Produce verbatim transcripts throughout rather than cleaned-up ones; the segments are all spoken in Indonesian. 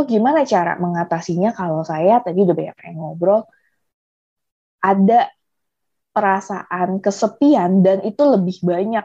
gimana cara mengatasinya kalau saya tadi udah banyak yang ngobrol, ada perasaan kesepian dan itu lebih banyak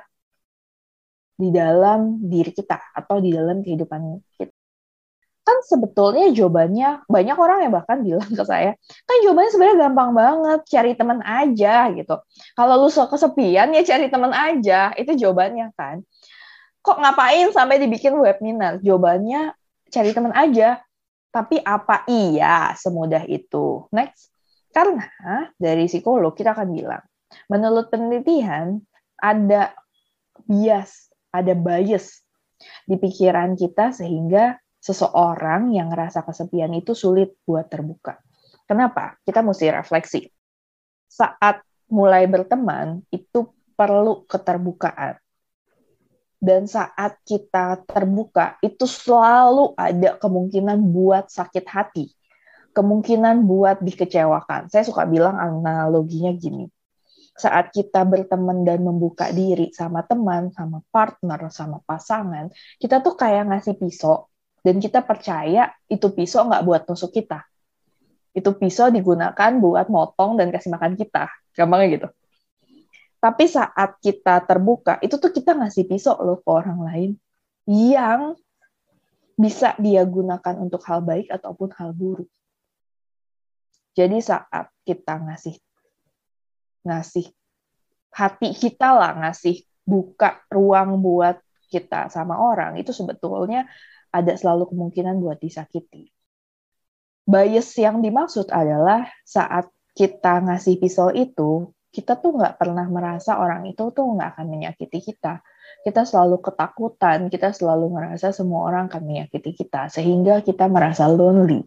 di dalam diri kita atau di dalam kehidupan kita. Kan sebetulnya jawabannya, banyak orang yang bahkan bilang ke saya, kan jawabannya sebenarnya gampang banget, cari teman aja gitu. Kalau lu kesepian ya cari teman aja, itu jawabannya kan. Kok ngapain sampai dibikin webinar? Jawabannya cari teman aja. Tapi apa iya semudah itu? Next. Karena dari psikolog kita akan bilang, menurut penelitian ada bias, ada bias di pikiran kita sehingga seseorang yang ngerasa kesepian itu sulit buat terbuka. Kenapa? Kita mesti refleksi. Saat mulai berteman, itu perlu keterbukaan. Dan saat kita terbuka, itu selalu ada kemungkinan buat sakit hati. Kemungkinan buat dikecewakan. Saya suka bilang analoginya gini. Saat kita berteman dan membuka diri sama teman, sama partner, sama pasangan, kita tuh kayak ngasih pisau, dan kita percaya itu pisau nggak buat tusuk kita. Itu pisau digunakan buat motong dan kasih makan kita. Gampangnya gitu. Tapi saat kita terbuka, itu tuh kita ngasih pisau loh ke orang lain yang bisa dia gunakan untuk hal baik ataupun hal buruk. Jadi saat kita ngasih ngasih hati kita lah, ngasih buka ruang buat kita sama orang, itu sebetulnya ada selalu kemungkinan buat disakiti. Bias yang dimaksud adalah saat kita ngasih pisau itu, kita tuh nggak pernah merasa orang itu tuh nggak akan menyakiti kita. Kita selalu ketakutan, kita selalu merasa semua orang akan menyakiti kita, sehingga kita merasa lonely.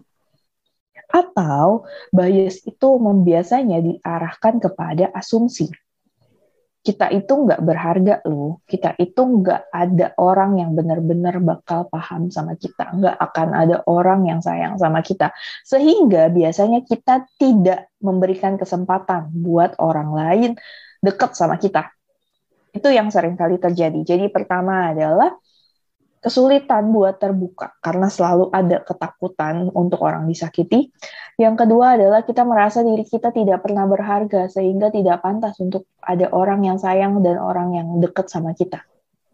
Atau bias itu biasanya diarahkan kepada asumsi. Kita itu nggak berharga loh, kita itu nggak ada orang yang benar-benar bakal paham sama kita, nggak akan ada orang yang sayang sama kita. Sehingga biasanya kita tidak memberikan kesempatan buat orang lain dekat sama kita. Itu yang sering kali terjadi. Jadi pertama adalah kesulitan buat terbuka karena selalu ada ketakutan untuk orang disakiti. Yang kedua adalah kita merasa diri kita tidak pernah berharga sehingga tidak pantas untuk ada orang yang sayang dan orang yang dekat sama kita.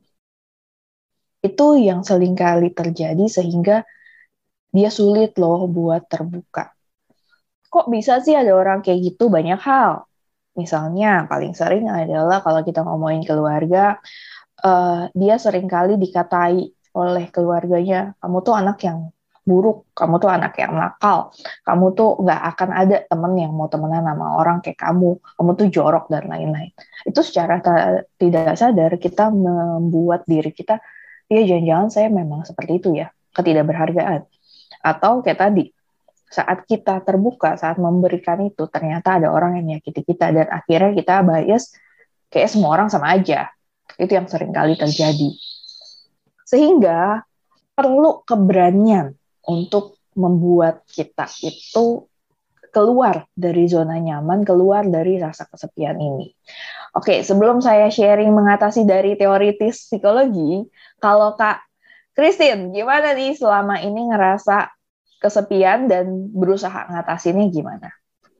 Itu yang seringkali terjadi sehingga dia sulit loh buat terbuka. Kok bisa sih ada orang kayak gitu? Banyak hal. Misalnya paling sering adalah kalau kita ngomongin keluarga, uh, dia seringkali dikatai oleh keluarganya, kamu tuh anak yang buruk, kamu tuh anak yang nakal, kamu tuh nggak akan ada temen yang mau temenan sama orang kayak kamu, kamu tuh jorok dan lain-lain. Itu secara ta- tidak sadar kita membuat diri kita, ya jangan-jangan saya memang seperti itu ya, ketidakberhargaan. Atau kayak tadi, saat kita terbuka, saat memberikan itu, ternyata ada orang yang menyakiti kita, dan akhirnya kita bias, kayak semua orang sama aja. Itu yang sering kali terjadi. Sehingga perlu keberanian untuk membuat kita itu keluar dari zona nyaman, keluar dari rasa kesepian ini. Oke, sebelum saya sharing mengatasi dari teoritis psikologi, kalau Kak Christine, gimana nih selama ini ngerasa kesepian dan berusaha ngatasinnya gimana?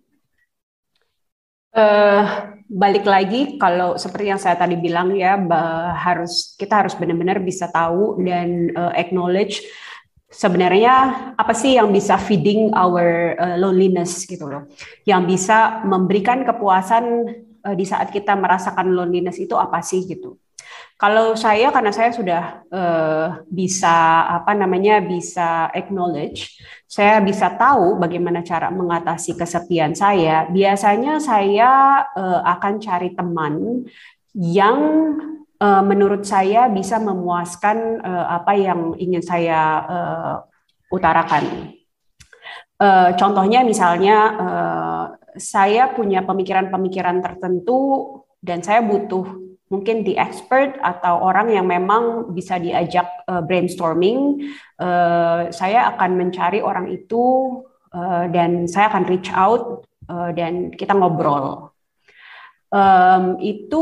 Uh, balik lagi kalau seperti yang saya tadi bilang ya, harus kita harus benar-benar bisa tahu dan uh, acknowledge sebenarnya apa sih yang bisa feeding our uh, loneliness gitu loh, yang bisa memberikan kepuasan uh, di saat kita merasakan loneliness itu apa sih gitu. Kalau saya, karena saya sudah uh, bisa apa namanya bisa acknowledge, saya bisa tahu bagaimana cara mengatasi kesepian saya. Biasanya saya uh, akan cari teman yang uh, menurut saya bisa memuaskan uh, apa yang ingin saya uh, utarakan. Uh, contohnya misalnya uh, saya punya pemikiran-pemikiran tertentu dan saya butuh mungkin di expert atau orang yang memang bisa diajak uh, brainstorming. Uh, saya akan mencari orang itu uh, dan saya akan reach out uh, dan kita ngobrol. Um, itu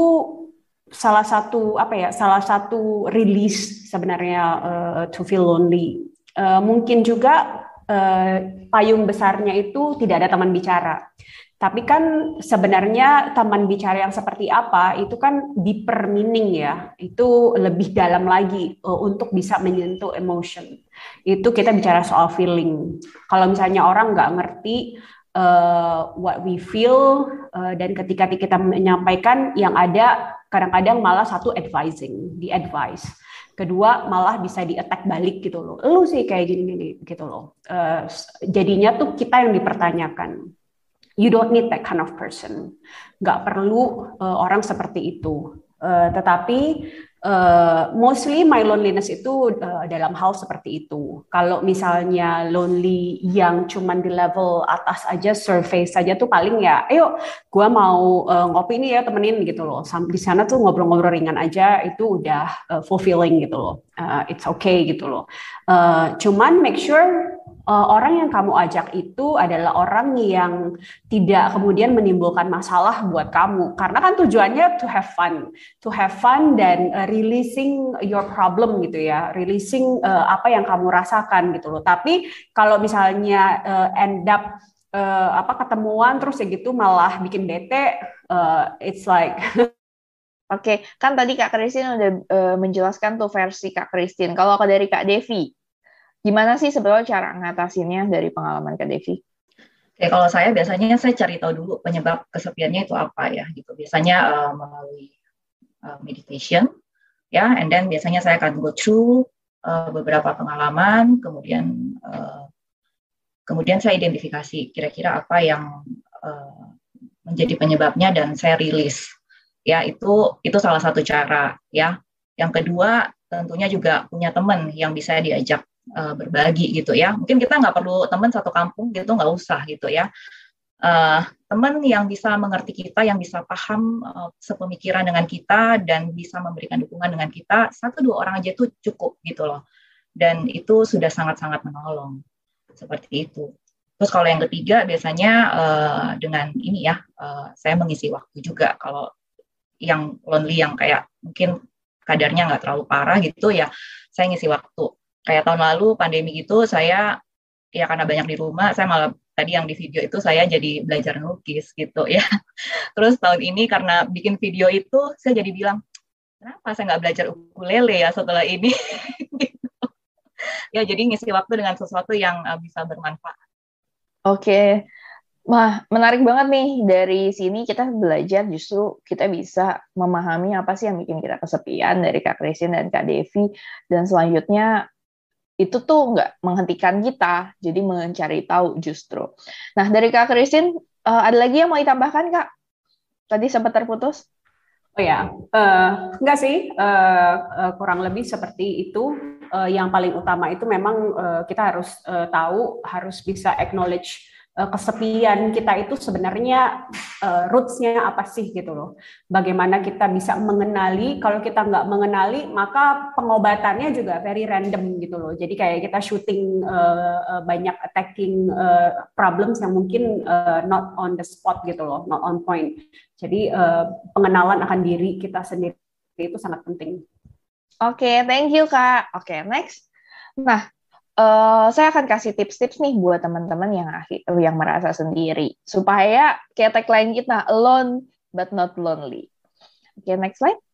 salah satu apa ya? Salah satu release sebenarnya uh, to feel lonely. Uh, mungkin juga uh, payung besarnya itu tidak ada teman bicara. Tapi kan sebenarnya teman bicara yang seperti apa itu kan deeper meaning ya, itu lebih dalam lagi uh, untuk bisa menyentuh emotion. Itu kita bicara soal feeling. Kalau misalnya orang nggak ngerti uh, what we feel uh, dan ketika kita menyampaikan yang ada kadang-kadang malah satu advising, di advice. Kedua malah bisa di-attack balik gitu loh. Lu sih kayak gini-gini gitu loh. Uh, jadinya tuh kita yang dipertanyakan. You don't need that kind of person. Nggak perlu uh, orang seperti itu. Uh, tetapi uh, mostly my loneliness itu uh, dalam hal seperti itu. Kalau misalnya lonely yang cuman di level atas aja, surface saja tuh paling ya, ayo gue mau uh, ngopi nih ya temenin gitu loh. Di sana tuh ngobrol-ngobrol ringan aja itu udah uh, fulfilling gitu loh. Uh, it's okay gitu loh. Uh, cuman make sure uh, orang yang kamu ajak itu adalah orang yang tidak kemudian menimbulkan masalah buat kamu. Karena kan tujuannya to have fun, to have fun dan uh, releasing your problem gitu ya, releasing uh, apa yang kamu rasakan gitu loh. Tapi kalau misalnya uh, end up uh, apa ketemuan terus ya gitu malah bikin bete, uh, it's like Oke, kan tadi Kak Christine udah uh, menjelaskan tuh versi Kak Christine. Kalau dari Kak Devi, gimana sih sebetulnya cara ngatasinnya dari pengalaman Kak Devi? Oke, kalau saya biasanya saya cari tahu dulu penyebab kesepiannya itu apa ya, gitu. Biasanya uh, melalui uh, meditation, ya, and then biasanya saya akan go through uh, beberapa pengalaman, kemudian uh, kemudian saya identifikasi kira-kira apa yang uh, menjadi penyebabnya dan saya rilis. Ya, itu itu salah satu cara ya. Yang kedua tentunya juga punya teman yang bisa diajak uh, berbagi gitu ya. Mungkin kita nggak perlu teman satu kampung gitu, nggak usah gitu ya. Uh, teman yang bisa mengerti kita, yang bisa paham uh, sepemikiran dengan kita dan bisa memberikan dukungan dengan kita, satu dua orang aja itu cukup gitu loh. Dan itu sudah sangat-sangat menolong seperti itu. Terus kalau yang ketiga biasanya uh, dengan ini ya, uh, saya mengisi waktu juga. Kalau yang lonely yang kayak mungkin kadarnya nggak terlalu parah gitu ya, saya ngisi waktu. Kayak tahun lalu pandemi gitu, saya ya karena banyak di rumah, saya malah tadi yang di video itu saya jadi belajar ngelukis gitu ya. Terus tahun ini karena bikin video itu, saya jadi bilang, kenapa saya nggak belajar ukulele ya setelah ini? Gitu. Ya jadi ngisi waktu dengan sesuatu yang uh, bisa bermanfaat. Oke. Wah, menarik banget nih. Dari sini kita belajar justru kita bisa memahami apa sih yang bikin kita kesepian dari Kak Christine dan Kak Devi. Dan selanjutnya itu tuh nggak menghentikan kita, jadi mencari tahu justru. Nah, dari Kak Christine, uh, ada lagi yang mau ditambahkan, Kak? Tadi sempat terputus. Oh ya, uh, enggak sih, uh, uh, kurang lebih seperti itu. Uh, yang paling utama itu memang uh, kita harus uh, tahu, harus bisa acknowledge uh, kesepian kita itu sebenarnya uh, roots-nya apa sih gitu loh. Bagaimana kita bisa mengenali, kalau kita nggak mengenali maka pengobatannya juga very random gitu loh. Jadi kayak kita shooting uh, uh, banyak attacking uh, problems yang mungkin uh, not on the spot gitu loh, not on point. Jadi uh, pengenalan akan diri kita sendiri itu sangat penting. Oke, okay, thank you Kak. Oke, okay, next. Nah, uh, saya akan kasih tips-tips nih buat teman-teman yang yang merasa sendiri supaya kayak tagline kita, alone but not lonely. Oke, okay, next slide.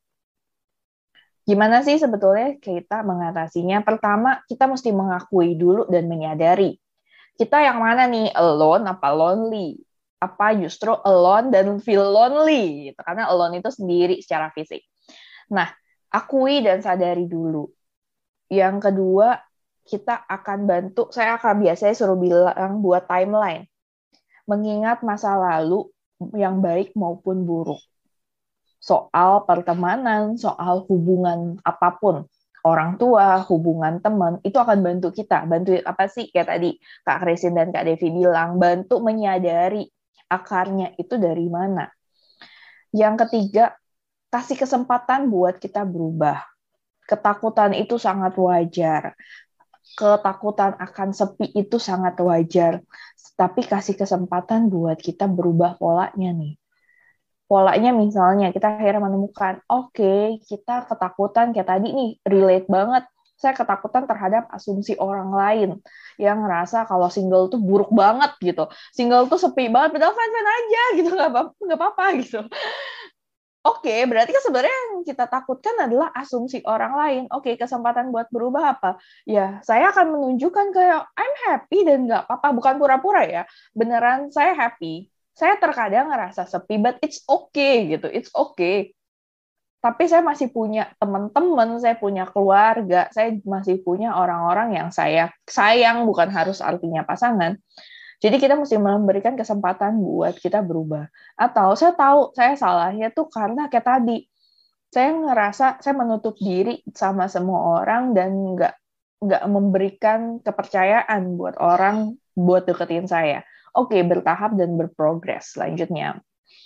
Gimana sih sebetulnya kita mengatasinya? Pertama, kita mesti mengakui dulu dan menyadari. Kita yang mana nih, alone apa lonely? Apa justru alone dan feel lonely? Gitu. Karena alone itu sendiri secara fisik. Nah, akui dan sadari dulu. Yang kedua, kita akan bantu, saya akan biasanya suruh bilang buat timeline. Mengingat masa lalu yang baik maupun buruk. Soal pertemanan, soal hubungan apapun. Orang tua, hubungan teman, itu akan bantu kita. Bantu apa sih? Kayak tadi Kak Christine dan Kak Devi bilang, bantu menyadari akarnya itu dari mana. Yang ketiga, kasih kesempatan buat kita berubah. Ketakutan itu sangat wajar. Ketakutan akan sepi itu sangat wajar. Tapi kasih kesempatan buat kita berubah polanya nih. Polanya misalnya kita akhirnya menemukan, oke, okay, kita ketakutan kayak tadi nih, relate banget saya ketakutan terhadap asumsi orang lain yang ngerasa kalau single tuh buruk banget gitu. Single tuh sepi banget, padahal fine-fine aja gitu, nggak apa-apa, nggak apa-apa gitu. Oke, berarti kan sebenarnya yang kita takutkan adalah asumsi orang lain. Oke, kesempatan buat berubah apa? Ya, saya akan menunjukkan kayak I'm happy dan nggak apa-apa, bukan pura-pura ya. Beneran saya happy. Saya terkadang ngerasa sepi, but it's okay gitu. It's okay. Tapi saya masih punya teman-teman, saya punya keluarga, saya masih punya orang-orang yang saya sayang, bukan harus artinya pasangan. Jadi kita mesti memberikan kesempatan buat kita berubah. Atau saya tahu saya salahnya tuh karena kayak tadi, saya ngerasa saya menutup diri sama semua orang dan nggak nggak memberikan kepercayaan buat orang buat deketin saya. Oke, bertahap dan berprogres selanjutnya.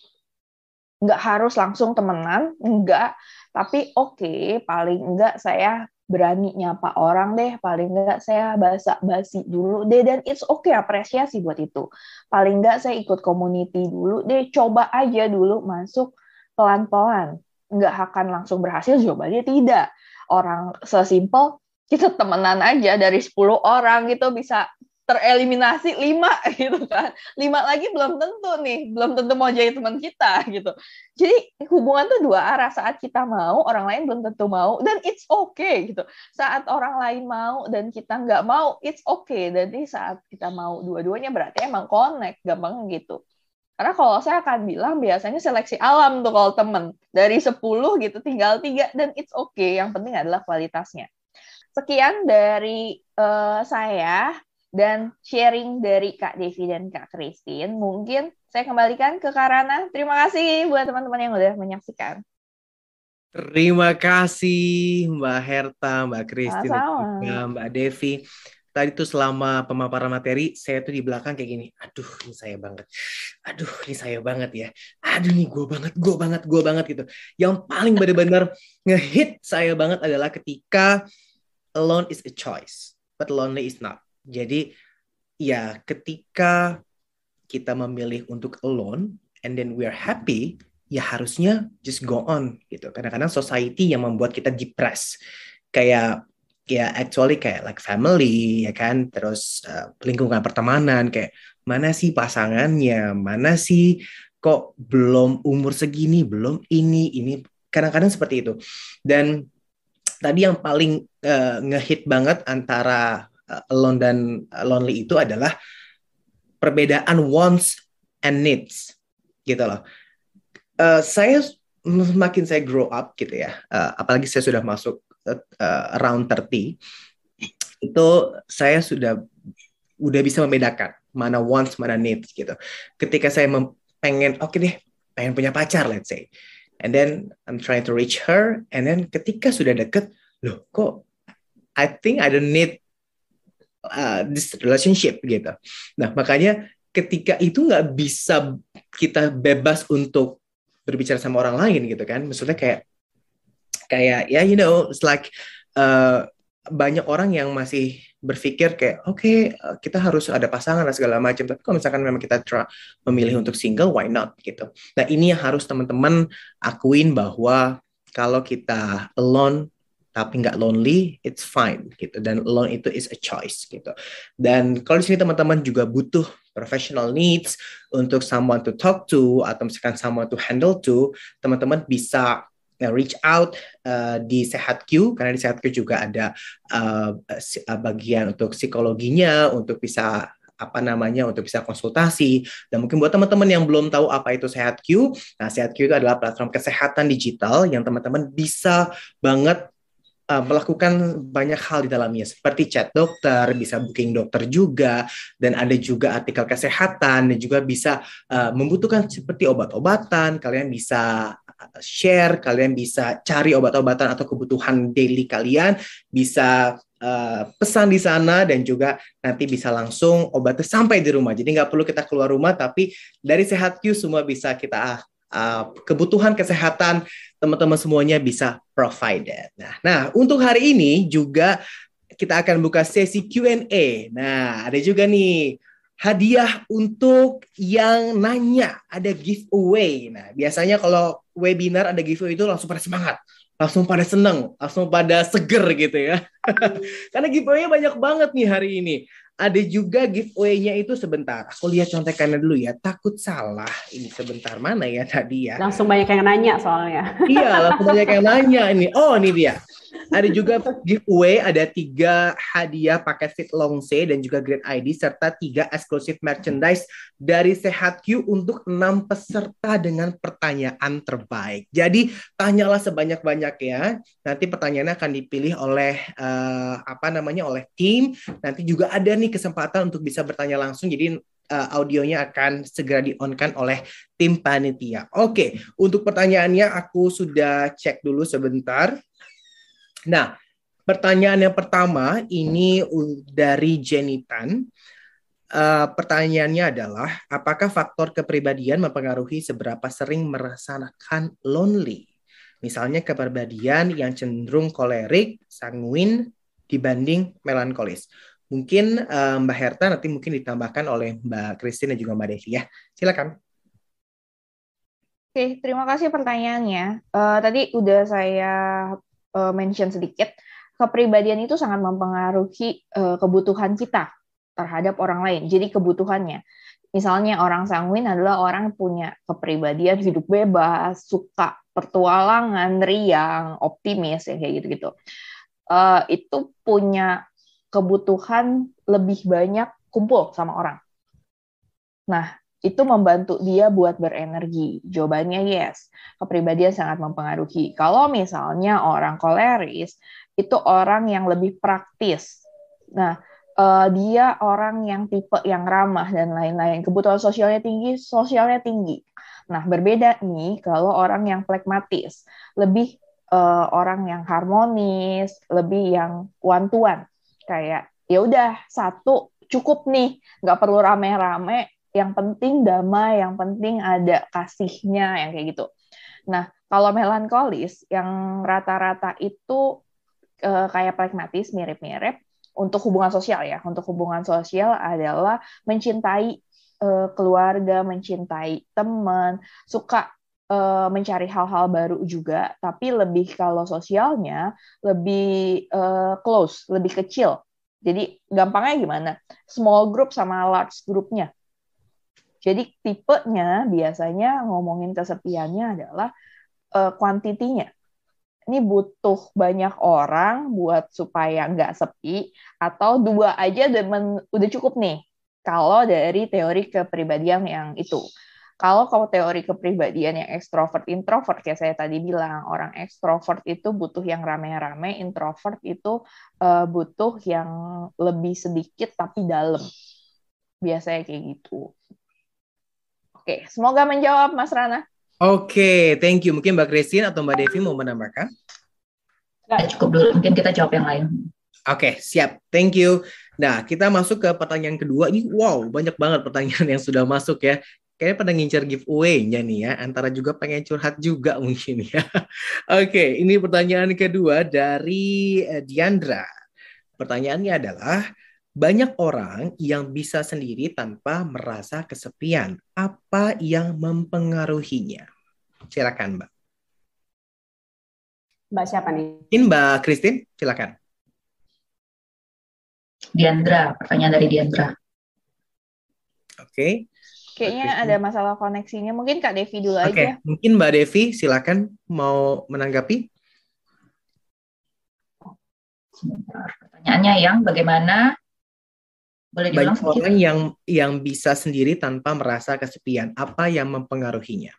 Nggak harus langsung temenan, enggak. Tapi oke, paling enggak saya berani nyapa orang deh, paling enggak saya basa-basi dulu deh, dan it's okay, apresiasi buat itu. Paling enggak saya ikut community dulu deh, coba aja dulu masuk pelan-pelan. Enggak akan langsung berhasil, jawabannya tidak. Orang sesimpel, kita temenan aja dari sepuluh orang gitu bisa tereliminasi lima gitu kan. Lima lagi belum tentu nih, belum tentu mau jadi teman kita gitu. Jadi hubungan tuh dua arah, saat kita mau, orang lain belum tentu mau, dan it's okay gitu. Saat orang lain mau dan kita nggak mau, it's okay. Jadi saat kita mau dua-duanya berarti emang connect, gampang gitu. Karena kalau saya akan bilang biasanya seleksi alam tuh kalau temen. Dari sepuluh gitu tinggal tiga, dan it's okay. Yang penting adalah kualitasnya. Sekian dari uh, saya. Dan sharing dari Kak Devi dan Kak Christine. Mungkin saya kembalikan ke Kak Rana. Terima kasih buat teman-teman yang udah menyaksikan. Terima kasih Mbak Herta, Mbak Christine, dan Sama-sama. juga Mbak Devi. Tadi tuh selama pemaparan materi, saya tuh di belakang kayak gini. Aduh, ini saya banget. Aduh, ini saya banget ya. Aduh, ini gue banget, gue banget, gue banget gitu. Yang paling benar-benar ngehit saya banget adalah ketika alone is a choice, but lonely is not. Jadi ya ketika kita memilih untuk alone and then we are happy, ya harusnya just go on gitu. Kadang-kadang society yang membuat kita depressed. Kayak ya actually kayak like family ya kan, terus uh, lingkungan pertemanan kayak mana sih pasangannya, mana sih kok belum umur segini, belum ini ini kadang-kadang seperti itu. Dan tadi yang paling uh, ngehit banget antara alone dan lonely itu adalah perbedaan wants and needs gitu loh. Uh, saya semakin saya grow up gitu ya, uh, apalagi saya sudah masuk uh, around thirty, itu saya sudah udah bisa membedakan mana wants mana needs gitu. Ketika saya mem- pengen oke okay deh, pengen punya pacar let's say, and then I'm trying to reach her, and then ketika sudah deket, loh kok I think I don't need Uh, this relationship gitu. Nah makanya ketika itu nggak bisa kita bebas untuk berbicara sama orang lain gitu kan. Maksudnya kayak kayak ya yeah, you know it's like uh, banyak orang yang masih berpikir kayak oke okay, kita harus ada pasangan dan segala macam. Tapi kalau misalkan memang kita try, memilih untuk single, why not gitu. Nah ini yang harus teman-teman akuin bahwa kalau kita alone tapi nggak lonely, it's fine gitu. Dan alone itu is a choice gitu. Dan kalau di sini teman-teman juga butuh professional needs untuk someone to talk to atau misalkan someone to handle to, teman-teman bisa uh, reach out uh, di Sehat Q, karena di Sehat Q juga ada uh, bagian untuk psikologinya, untuk bisa apa namanya untuk bisa konsultasi. Dan mungkin buat teman-teman yang belum tahu apa itu Sehat Q, nah Sehat Q itu adalah platform kesehatan digital yang teman-teman bisa banget Uh, melakukan banyak hal di dalamnya seperti chat dokter, bisa booking dokter juga, dan ada juga artikel kesehatan, dan juga bisa uh, membutuhkan seperti obat-obatan, kalian bisa share, kalian bisa cari obat-obatan atau kebutuhan daily kalian, bisa uh, pesan di sana, dan juga nanti bisa langsung obatnya sampai di rumah. Jadi nggak perlu kita keluar rumah, tapi dari Sehat Q semua bisa kita uh, kebutuhan kesehatan teman-teman semuanya bisa provided. Nah, nah, untuk hari ini juga kita akan buka sesi Q and A. Nah, ada juga nih hadiah untuk yang nanya, ada giveaway. Nah, biasanya kalau webinar ada giveaway itu langsung pada semangat. langsung pada seneng, langsung pada seger gitu ya. Karena giveaway-nya banyak banget nih hari ini. Ada juga giveaway-nya itu sebentar. Aku lihat contekannya dulu ya. Takut salah. Ini sebentar mana ya tadi ya. Langsung banyak yang nanya soalnya. Iya, langsung banyak yang nanya ini. Oh, ini dia. Ada juga giveaway, ada tiga hadiah paket Fit Long Stay dan juga Great I D serta tiga eksklusif merchandise dari Sehat Q untuk enam peserta dengan pertanyaan terbaik. Jadi tanyalah sebanyak-banyak ya. Nanti pertanyaannya akan dipilih oleh uh, apa namanya oleh tim. Nanti juga ada nih kesempatan untuk bisa bertanya langsung. Jadi uh, audionya akan segera di-on-kan oleh tim panitia. Oke, untuk pertanyaannya aku sudah cek dulu sebentar. Nah, pertanyaan yang pertama ini dari Jenny Tan. Uh, pertanyaannya adalah, apakah faktor kepribadian mempengaruhi seberapa sering merasakan lonely? Misalnya kepribadian yang cenderung kolerik, sanguin dibanding melankolis. Mungkin uh, Mbak Herta nanti mungkin ditambahkan oleh Mbak Christine dan juga Mbak Devi ya. Silakan. Oke, terima kasih pertanyaannya. Uh, tadi udah saya uh, mention sedikit, kepribadian itu sangat mempengaruhi uh, kebutuhan kita terhadap orang lain. Jadi kebutuhannya. Misalnya orang sanguin adalah orang yang punya kepribadian hidup bebas, suka petualangan, riang, optimis, ya kayak gitu-gitu. Uh, itu punya kebutuhan lebih banyak kumpul sama orang. Nah, itu membantu dia buat berenergi. Jawabannya yes, kepribadian sangat mempengaruhi. Kalau misalnya orang koleris, itu orang yang lebih praktis. Nah, uh, dia orang yang tipe yang ramah dan lain-lain. Kebutuhan sosialnya tinggi, sosialnya tinggi. Nah, berbeda nih kalau orang yang pragmatis, lebih uh, orang yang harmonis, lebih yang one-to-one. Kayak, ya udah satu cukup nih, nggak perlu rame-rame. Yang penting damai, yang penting ada kasihnya, yang kayak gitu. Nah, kalau melankolis, yang rata-rata itu e, kayak pragmatis, mirip-mirip, untuk hubungan sosial ya. Untuk hubungan sosial adalah mencintai e, keluarga, mencintai teman, suka e, mencari hal-hal baru juga, tapi lebih kalau sosialnya, lebih e, close, lebih kecil. Jadi, gampangnya gimana? Small group sama large group-nya. Jadi tipenya biasanya ngomongin kesepiannya adalah uh, kuantitinya. Ini butuh banyak orang buat supaya nggak sepi, atau dua aja dan udah cukup nih. Kalau dari teori kepribadian yang itu. Kalau kalau teori kepribadian yang ekstrovert, introvert, kayak saya tadi bilang, orang ekstrovert itu butuh yang rame-rame, introvert itu uh, butuh yang lebih sedikit tapi dalam. Biasanya kayak gitu. Oke, semoga menjawab, Mas Rana. Oke, thank you. Mungkin Mbak Christine atau Mbak Devi mau menambahkan? Nggak, cukup dulu. Mungkin kita jawab yang lain. Oke, siap. Thank you. Nah, kita masuk ke pertanyaan kedua. Ini wow, banyak banget pertanyaan yang sudah masuk ya. Kayaknya pada ngincar giveaway-nya nih ya. Antara juga pengen curhat juga mungkin ya. Oke, ini pertanyaan kedua dari Diandra. Pertanyaannya adalah, banyak orang yang bisa sendiri tanpa merasa kesepian. Apa yang mempengaruhinya? Silakan, Mbak. Mbak siapa nih? Mungkin Mbak Christine, silakan. Diandra, pertanyaan dari Diandra. Oke. Okay. Kayaknya ada masalah koneksinya. Mungkin Kak Devi dulu okay. aja. Mungkin Mbak Devi, silakan mau menanggapi. Sebentar. Pertanyaannya yang bagaimana? Boleh diulang banyak orang yang yang bisa sendiri tanpa merasa kesepian. Apa yang mempengaruhinya?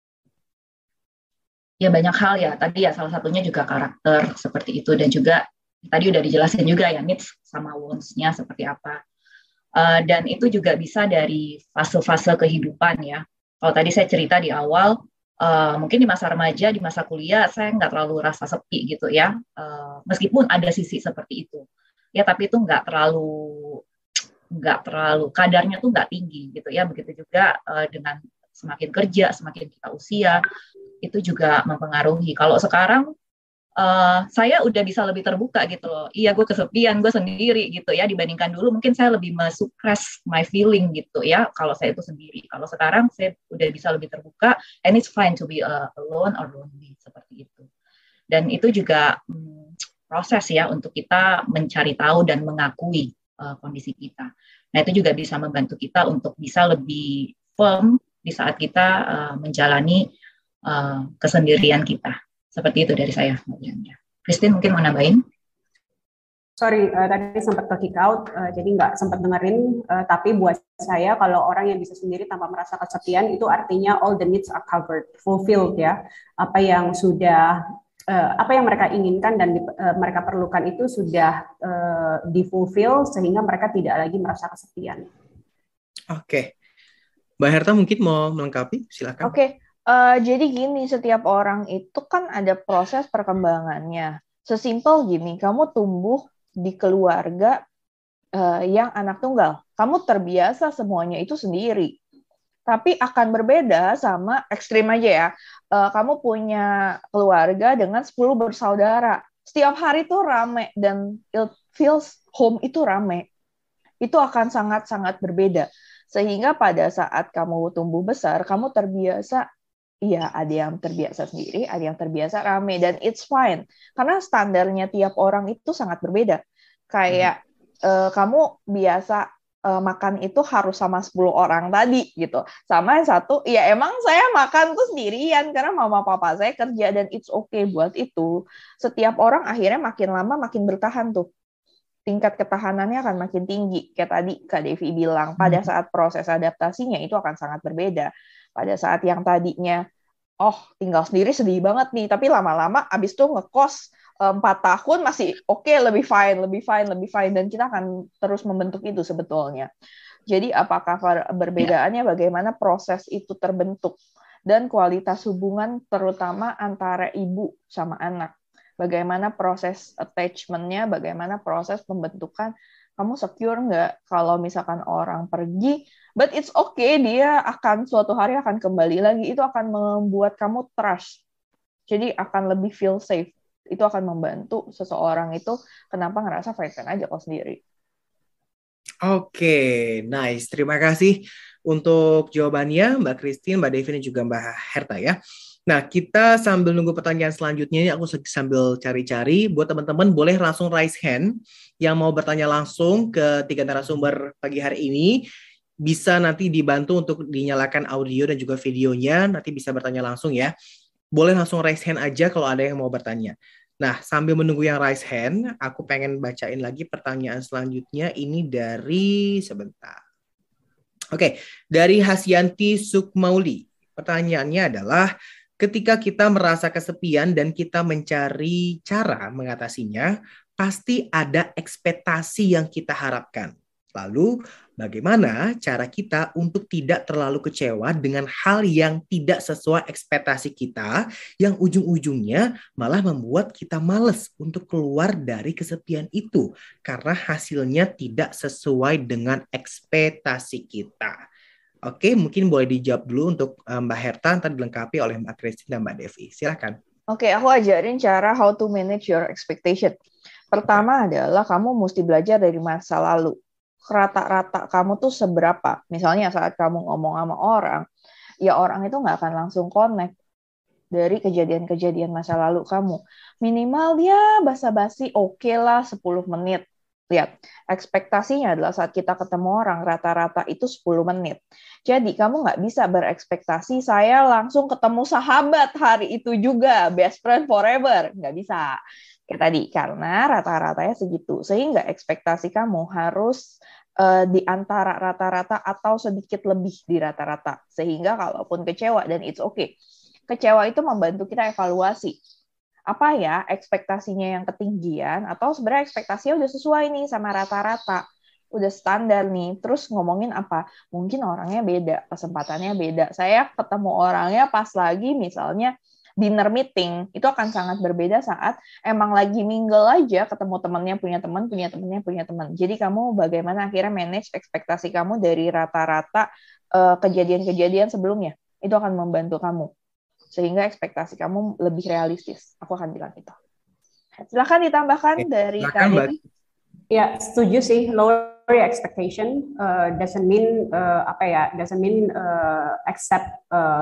Ya banyak hal ya. Tadi ya salah satunya juga karakter seperti itu, dan juga tadi udah dijelasin juga ya needs sama wants-nya seperti apa. Uh, dan itu juga bisa dari fase-fase kehidupan ya. Kalau tadi saya cerita di awal, uh, mungkin di masa remaja, di masa kuliah saya nggak terlalu rasa sepi gitu ya. Uh, meskipun ada sisi seperti itu. Ya tapi itu nggak terlalu nggak terlalu, kadarnya tuh nggak tinggi gitu ya. Begitu juga uh, dengan semakin kerja, semakin kita usia, itu juga mempengaruhi. Kalau sekarang uh, saya udah bisa lebih terbuka gitu loh. Iya, gue kesepian, gue sendiri gitu ya. Dibandingkan dulu mungkin saya lebih suppress my feeling gitu ya. Kalau saya itu sendiri. Kalau sekarang saya udah bisa lebih terbuka, and it's fine to be uh, alone or lonely seperti itu. Dan itu juga hmm, proses ya untuk kita mencari tahu dan mengakui uh, kondisi kita. Nah itu juga bisa membantu kita untuk bisa lebih firm di saat kita uh, menjalani uh, kesendirian kita. Seperti itu dari saya. Christine mungkin mau nambahin? Sorry, uh, tadi sempat ke kick out, uh, jadi nggak sempat dengerin. Uh, tapi buat saya, kalau orang yang bisa sendiri tanpa merasa kesepian, itu artinya all the needs are covered, fulfilled ya. Apa yang sudah, uh, apa yang mereka inginkan dan di, uh, mereka perlukan itu sudah uh, di-fulfill, sehingga mereka tidak lagi merasa kesepian. Oke. Okay. Mbak Herta mungkin mau melengkapi, silakan. Oke, okay. uh, jadi gini, setiap orang itu kan ada proses perkembangannya. Sesimpel gini, kamu tumbuh di keluarga uh, yang anak tunggal. Kamu terbiasa semuanya itu sendiri. Tapi akan berbeda sama ekstrim aja ya. Uh, kamu punya keluarga dengan sepuluh bersaudara. Setiap hari tuh rame dan it feels home itu rame. Itu akan sangat-sangat berbeda. Sehingga pada saat kamu tumbuh besar, kamu terbiasa, iya ada yang terbiasa sendiri, ada yang terbiasa rame, dan it's fine. Karena standarnya tiap orang itu sangat berbeda. Kayak hmm. uh, kamu biasa uh, makan itu harus sama sepuluh orang tadi, gitu. Sama yang satu, ya emang saya makan tuh sendirian, karena mama papa saya kerja, dan it's okay buat itu. Setiap orang akhirnya makin lama makin bertahan tuh. Tingkat ketahanannya akan makin tinggi. Kayak tadi Kak Devi bilang, pada saat proses adaptasinya itu akan sangat berbeda. Pada saat yang tadinya, oh tinggal sendiri sedih banget nih, tapi lama-lama abis itu ngekos empat tahun masih oke, okay, lebih fine, lebih fine, lebih fine, dan kita akan terus membentuk itu sebetulnya. Jadi apakah perbedaannya bagaimana proses itu terbentuk, dan kualitas hubungan terutama antara ibu sama anak. Bagaimana proses attachment-nya, bagaimana proses pembentukan, kamu secure nggak kalau misalkan orang pergi, but it's okay, dia akan suatu hari akan kembali lagi, itu akan membuat kamu trust, jadi akan lebih feel safe, itu akan membantu seseorang itu kenapa ngerasa fine-fine aja kalau sendiri. Oke, okay, nice, terima kasih untuk jawabannya Mbak Christine, Mbak Devi, dan juga Mbak Herta ya. Nah, kita sambil nunggu pertanyaan selanjutnya, ini aku sambil cari-cari. Buat teman-teman, boleh langsung raise hand yang mau bertanya langsung ke tiga narasumber pagi hari ini. Bisa nanti dibantu untuk dinyalakan audio dan juga videonya, nanti bisa bertanya langsung ya. Boleh langsung raise hand aja kalau ada yang mau bertanya. Nah, sambil menunggu yang raise hand, aku pengen bacain lagi pertanyaan selanjutnya. Ini dari, sebentar. Oke, dari Hasyanti Sukmauli. Pertanyaannya adalah, ketika kita merasa kesepian dan kita mencari cara mengatasinya, pasti ada ekspektasi yang kita harapkan. Lalu, bagaimana cara kita untuk tidak terlalu kecewa dengan hal yang tidak sesuai ekspektasi kita, yang ujung-ujungnya malah membuat kita malas untuk keluar dari kesepian itu, karena hasilnya tidak sesuai dengan ekspektasi kita. Oke, mungkin boleh dijawab dulu untuk Mbak Herta, nanti dilengkapi oleh Mbak Christine dan Mbak Devi. Silakan. Oke, aku ajarin cara how to manage your expectation. Pertama adalah kamu mesti belajar dari masa lalu. Rata-rata kamu tuh seberapa? Misalnya saat kamu ngomong sama orang, ya orang itu nggak akan langsung connect dari kejadian-kejadian masa lalu kamu. Minimal ya basa-basi oke okay lah sepuluh menit. Lihat, ekspektasinya adalah saat kita ketemu orang, rata-rata itu sepuluh menit. Jadi, kamu nggak bisa berekspektasi, saya langsung ketemu sahabat hari itu juga, best friend forever. Nggak bisa. Kayak tadi, karena rata-ratanya segitu. Sehingga ekspektasi kamu harus uh, di antara rata-rata atau sedikit lebih di rata-rata. Sehingga kalaupun kecewa, dan it's okay. Kecewa itu membantu kita evaluasi. Apa ya ekspektasinya yang ketinggian, atau sebenarnya ekspektasinya udah sesuai nih sama rata-rata, udah standar nih, terus ngomongin apa, mungkin orangnya beda, kesempatannya beda, saya ketemu orangnya pas lagi misalnya dinner meeting, itu akan sangat berbeda saat emang lagi mingle aja, ketemu temannya punya teman, punya temannya punya teman. Jadi kamu bagaimana akhirnya manage ekspektasi kamu dari rata-rata uh, kejadian-kejadian sebelumnya, itu akan membantu kamu sehingga ekspektasi kamu lebih realistis. Aku akan bilang itu. Silakan ditambahkan. Oke, dari Kak Devi. Ya, setuju sih. Lower your expectation uh, doesn't mean uh, apa ya? Doesn't mean uh, accept uh,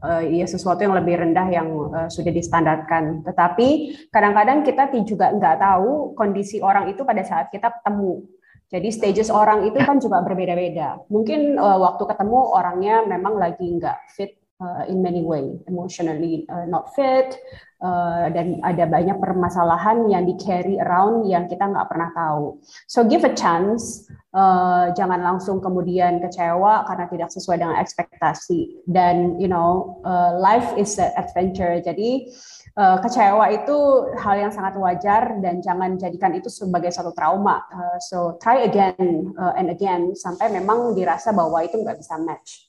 uh, ya sesuatu yang lebih rendah yang uh, sudah distandarkan. Tetapi kadang-kadang kita juga nggak tahu kondisi orang itu pada saat kita ketemu. Jadi stages orang itu kan juga berbeda-beda. Mungkin uh, waktu ketemu orangnya memang lagi nggak fit uh, in many way, emotionally uh, not fit, uh, dan ada banyak permasalahan yang di carry around yang kita nggak pernah tahu. So give a chance, uh, jangan langsung kemudian kecewa karena tidak sesuai dengan ekspektasi. Dan you know, uh, life is an adventure. Jadi Uh, kecewa itu hal yang sangat wajar dan jangan jadikan itu sebagai satu trauma. Uh, so try again uh, and again sampai memang dirasa bahwa itu nggak bisa match.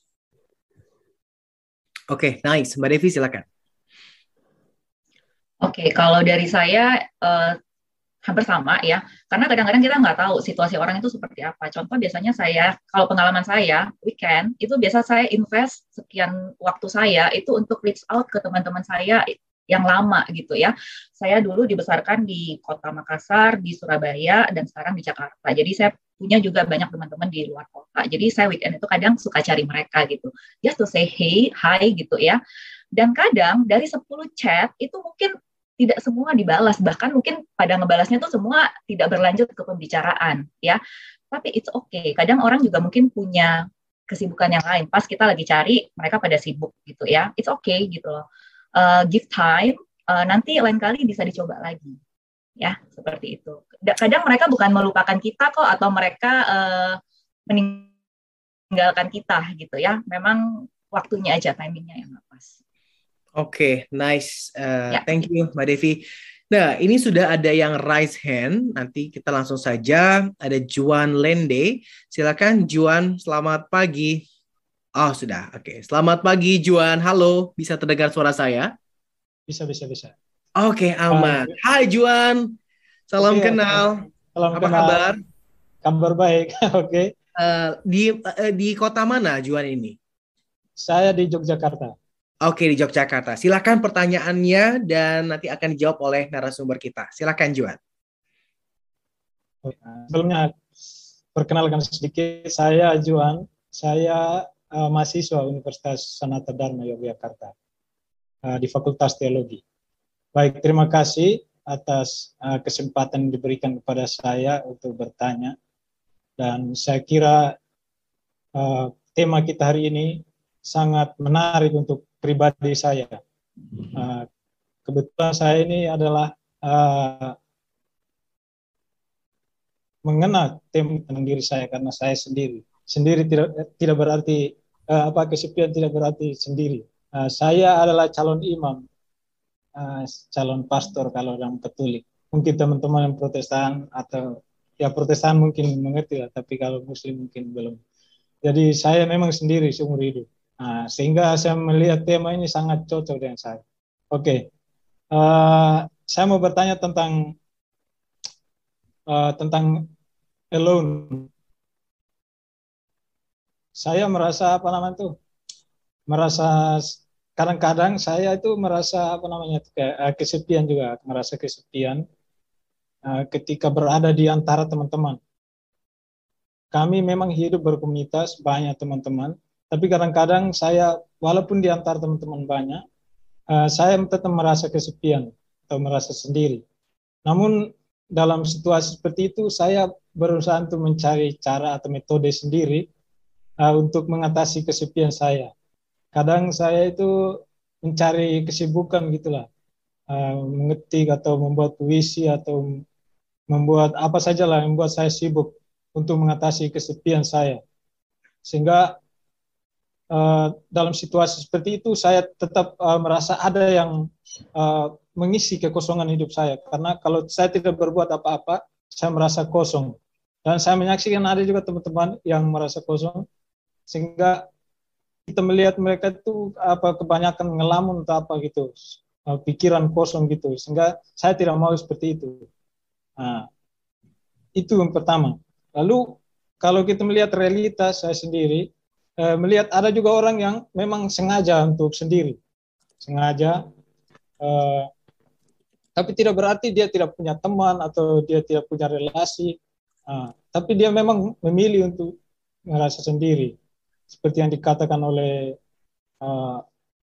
Oke, okay, nice. Mbak Devi silakan. Oke, okay, kalau dari saya uh, hampir sama ya, karena kadang-kadang kita nggak tahu situasi orang itu seperti apa. Contoh biasanya saya, kalau pengalaman saya, weekend, itu biasa saya invest sekian waktu saya itu untuk reach out ke teman-teman saya yang lama gitu ya. Saya dulu dibesarkan di kota Makassar, di Surabaya, dan sekarang di Jakarta. Jadi saya punya juga banyak teman-teman di luar kota. Jadi saya weekend itu kadang suka cari mereka gitu. Just to say hey, hi gitu ya. Dan kadang dari sepuluh chat itu mungkin tidak semua dibalas. Bahkan mungkin pada ngebalasnya tuh semua tidak berlanjut ke pembicaraan ya. Tapi it's okay. Kadang orang juga mungkin punya kesibukan yang lain. Pas kita lagi cari, mereka pada sibuk gitu ya. It's okay gitu loh. Uh, give time, uh, nanti lain kali bisa dicoba lagi, ya seperti itu. Kadang mereka bukan melupakan kita kok, atau mereka uh, meninggalkan kita gitu ya. Memang waktunya aja, timingnya yang pas. Oke, okay, nice. Uh, ya. Thank you, Mbak Devi. Nah, ini sudah ada yang raise hand. Nanti kita langsung saja. Ada Juan Lende. Silakan, Juan. Selamat pagi. Oh, sudah. Oke. Okay. Selamat pagi, Juan. Halo. Bisa terdengar suara saya? Bisa, bisa, bisa. Oke, okay, aman. Uh, Hai, Juan. Salam okay, kenal. Salam Apa kenal. kabar? Kabar baik. Oke. Okay. Uh, di uh, di kota mana, Juan ini? Saya di Yogyakarta. Oke, okay, di Yogyakarta. Silakan pertanyaannya dan nanti akan dijawab oleh narasumber kita. Silakan, Juan. Sebelumnya perkenalkan sedikit, saya Juan. Saya Uh, mahasiswa Universitas Sanata Dharma Yogyakarta uh, di Fakultas Teologi. Baik, terima kasih atas uh, kesempatan yang diberikan kepada saya untuk bertanya. Dan saya kira uh, tema kita hari ini sangat menarik untuk pribadi saya. Uh, kebetulan saya ini adalah uh, mengenal tema tentang diri saya karena saya sendiri. Sendiri tidak tidak berarti uh, apa kesepian tidak berarti sendiri. Uh, saya adalah calon imam, uh, calon pastor kalau orang Katolik. Mungkin teman-teman yang Protestan atau ya Protestan mungkin mengerti lah, tapi kalau Muslim mungkin belum. Jadi saya memang sendiri seumur hidup. Uh, sehingga saya melihat tema ini sangat cocok dengan saya. Oke, okay. uh, saya mau bertanya tentang uh, tentang alone. Saya merasa apa namanya itu merasa kadang-kadang saya itu merasa apa namanya kayak kesepian juga, merasa kesepian uh, ketika berada di antara teman-teman. Kami memang hidup berkomunitas, banyak teman-teman, tapi kadang-kadang saya walaupun di antara teman-teman banyak, uh, saya tetap merasa kesepian atau merasa sendiri. Namun dalam situasi seperti itu saya berusaha untuk mencari cara atau metode sendiri Uh, untuk mengatasi kesepian saya. Kadang saya itu mencari kesibukan gitulah, uh, mengetik atau membuat puisi atau membuat apa saja lah yang membuat saya sibuk untuk mengatasi kesepian saya. Sehingga uh, dalam situasi seperti itu saya tetap uh, merasa ada yang uh, mengisi kekosongan hidup saya. Karena kalau saya tidak berbuat apa-apa, saya merasa kosong. Dan saya menyaksikan ada juga teman-teman yang merasa kosong, sehingga kita melihat mereka itu apa kebanyakan ngelamun atau apa gitu, pikiran kosong gitu, sehingga saya tidak mau seperti itu. Nah, itu yang pertama. Lalu kalau kita melihat realitas saya sendiri, eh, melihat ada juga orang yang memang sengaja untuk sendiri, sengaja, eh, tapi tidak berarti dia tidak punya teman atau dia tidak punya relasi, nah, tapi dia memang memilih untuk merasa sendiri. Seperti yang dikatakan oleh uh,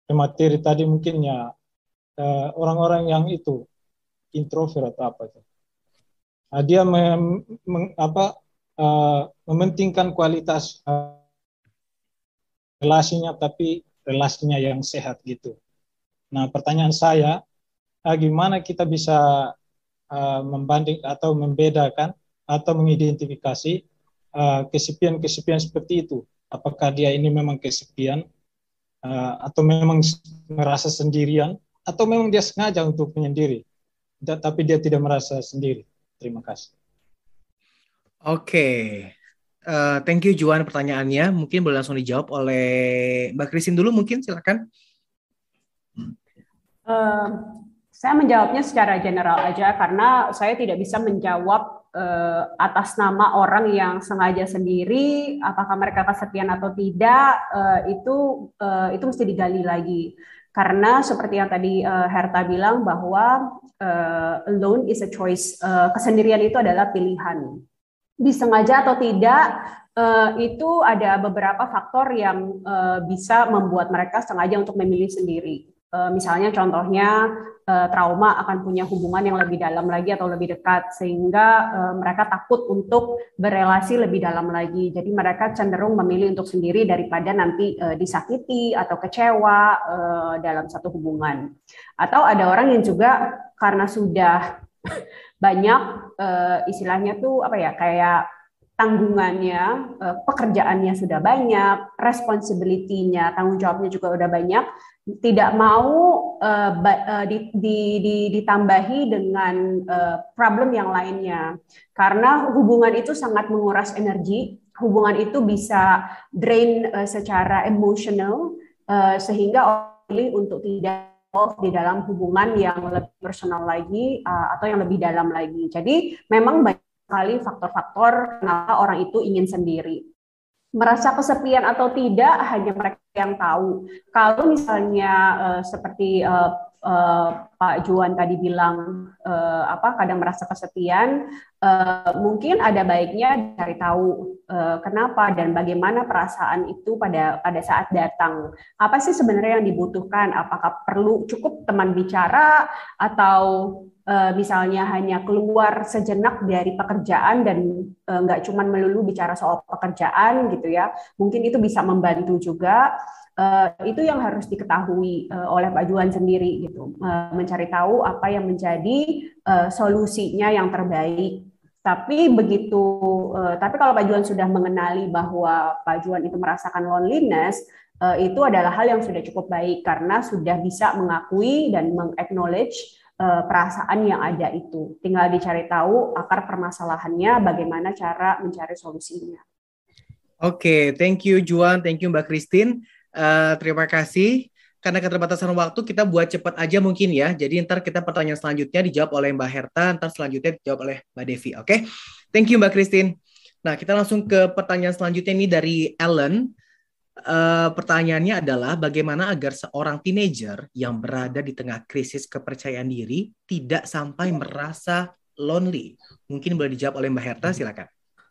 materi tadi mungkin ya uh, orang-orang yang itu introvert atau apa itu. Nah, dia mem, mem, apa, uh, mementingkan kualitas uh, relasinya, tapi relasinya yang sehat gitu. Nah, pertanyaan saya, uh, gimana kita bisa uh, membanding atau membedakan atau mengidentifikasi uh, kesepian-kesepian seperti itu? Apakah dia ini memang kesepian uh, atau memang merasa sendirian, atau memang dia sengaja untuk menyendiri, tapi dia tidak merasa sendiri? Terima kasih. Oke, okay. uh, thank you Juan pertanyaannya. Mungkin boleh langsung dijawab oleh Mbak Christine dulu, mungkin silakan. Uh, saya menjawabnya secara general aja karena saya tidak bisa menjawab uh, atas nama orang yang sengaja sendiri, apakah mereka kesepian atau tidak. Uh, itu uh, itu mesti digali lagi. Karena seperti yang tadi uh, Herta bilang bahwa uh, alone is a choice, uh, kesendirian itu adalah pilihan. Disengaja atau tidak, uh, itu ada beberapa faktor yang uh, bisa membuat mereka sengaja untuk memilih sendiri. Uh, misalnya contohnya uh, trauma akan punya hubungan yang lebih dalam lagi atau lebih dekat, sehingga uh, mereka takut untuk berelasi lebih dalam lagi. Jadi mereka cenderung memilih untuk sendiri daripada nanti uh, disakiti atau kecewa uh, dalam satu hubungan. Atau ada orang yang juga karena sudah banyak uh, istilahnya tuh apa ya, kayak tanggungannya, uh, pekerjaannya sudah banyak, responsibility-nya, tanggung jawabnya juga udah banyak, tidak mau uh, uh, di, di, di, ditambahi dengan uh, problem yang lainnya. Karena hubungan itu sangat menguras energi, hubungan itu bisa drain uh, secara emosional, uh, sehingga orang pilih untuk tidak di dalam hubungan yang lebih personal lagi uh, atau yang lebih dalam lagi. Jadi memang banyak sekali faktor-faktor kenapa orang itu ingin sendiri. Merasa kesepian atau tidak hanya mereka yang tahu. Kalau misalnya uh, seperti uh, uh, Pak Juan tadi bilang uh, apa kadang merasa kesepian, uh, mungkin ada baiknya cari tahu uh, kenapa dan bagaimana perasaan itu pada pada saat datang. Apa sih sebenarnya yang dibutuhkan? Apakah perlu cukup teman bicara atau Uh, misalnya hanya keluar sejenak dari pekerjaan dan uh, nggak cuma melulu bicara soal pekerjaan gitu ya, mungkin itu bisa membantu juga. Uh, itu yang harus diketahui uh, oleh Pak Juan sendiri gitu, uh, mencari tahu apa yang menjadi uh, solusinya yang terbaik. Tapi begitu, uh, tapi kalau Pak Juan sudah mengenali bahwa Pak Juan itu merasakan loneliness, uh, itu adalah hal yang sudah cukup baik karena sudah bisa mengakui dan meng-acknowledge perasaan yang ada itu. Tinggal dicari tahu akar permasalahannya, bagaimana cara mencari solusinya. Oke, okay, thank you Juan, thank you Mbak Christine. Uh, terima kasih. Karena keterbatasan waktu, kita buat cepat aja mungkin ya. Jadi ntar kita pertanyaan selanjutnya dijawab oleh Mbak Herta, ntar selanjutnya dijawab oleh Mbak Devi. Oke, okay? Thank you Mbak Christine. Nah, kita langsung ke pertanyaan selanjutnya ini dari Ellen. Uh, pertanyaannya adalah bagaimana agar seorang teenager yang berada di tengah krisis kepercayaan diri tidak sampai merasa lonely? Mungkin boleh dijawab oleh Mbak Herta, silakan.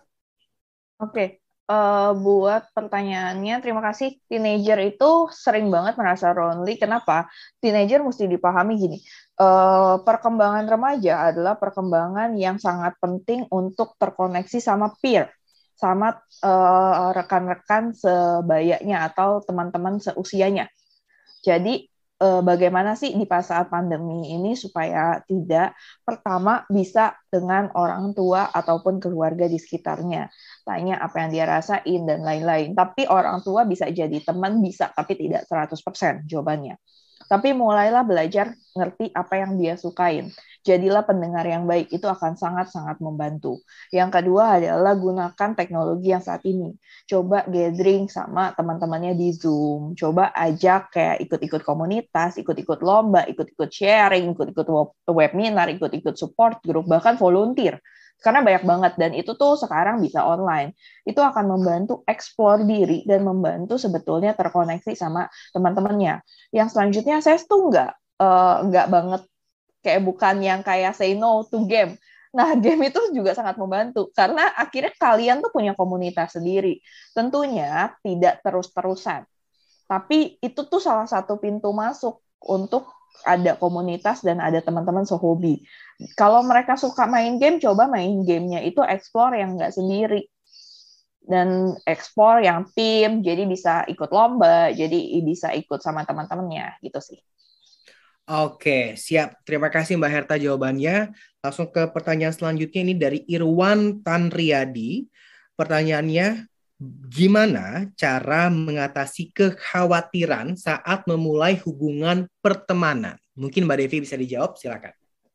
Oke, okay. uh, buat pertanyaannya terima kasih. Teenager itu sering banget merasa lonely. Kenapa? Teenager mesti dipahami gini. Uh, perkembangan remaja adalah perkembangan yang sangat penting untuk terkoneksi sama peer, sama uh, rekan-rekan sebayanya atau teman-teman seusianya. Jadi uh, bagaimana sih di pas saat pandemi ini supaya tidak, pertama bisa dengan orang tua ataupun keluarga di sekitarnya. Tanya apa yang dia rasain dan lain-lain. Tapi orang tua bisa jadi teman, bisa, tapi tidak seratus persen jawabannya. Tapi mulailah belajar ngerti apa yang dia sukain. Jadilah pendengar yang baik, itu akan sangat-sangat membantu. Yang kedua adalah gunakan teknologi yang saat ini. Coba gathering sama teman-temannya di Zoom. Coba ajak kayak ikut-ikut komunitas, ikut-ikut lomba, ikut-ikut sharing, ikut-ikut webinar, ikut-ikut support group, bahkan volunteer. Karena banyak banget, dan itu tuh sekarang bisa online. Itu akan membantu explore diri dan membantu sebetulnya terkoneksi sama teman-temannya. Yang selanjutnya, saya tuh nggak, uh, nggak banget kayak bukan yang kayak say no to game. Nah, game itu juga sangat membantu karena akhirnya kalian tuh punya komunitas sendiri. Tentunya tidak terus-terusan. Tapi itu tuh salah satu pintu masuk untuk ada komunitas dan ada teman-teman sehobi. Kalau mereka suka main game, coba main gamenya itu explore yang nggak sendiri. Dan explore yang tim, jadi bisa ikut lomba, jadi bisa ikut sama teman-temannya, gitu sih. Oke, siap. Terima kasih Mbak Herta jawabannya. Langsung ke pertanyaan selanjutnya, ini dari Irwan Tanriadi. Pertanyaannya, gimana cara mengatasi kekhawatiran saat memulai hubungan pertemanan? Mungkin Mbak Devi bisa dijawab, silakan.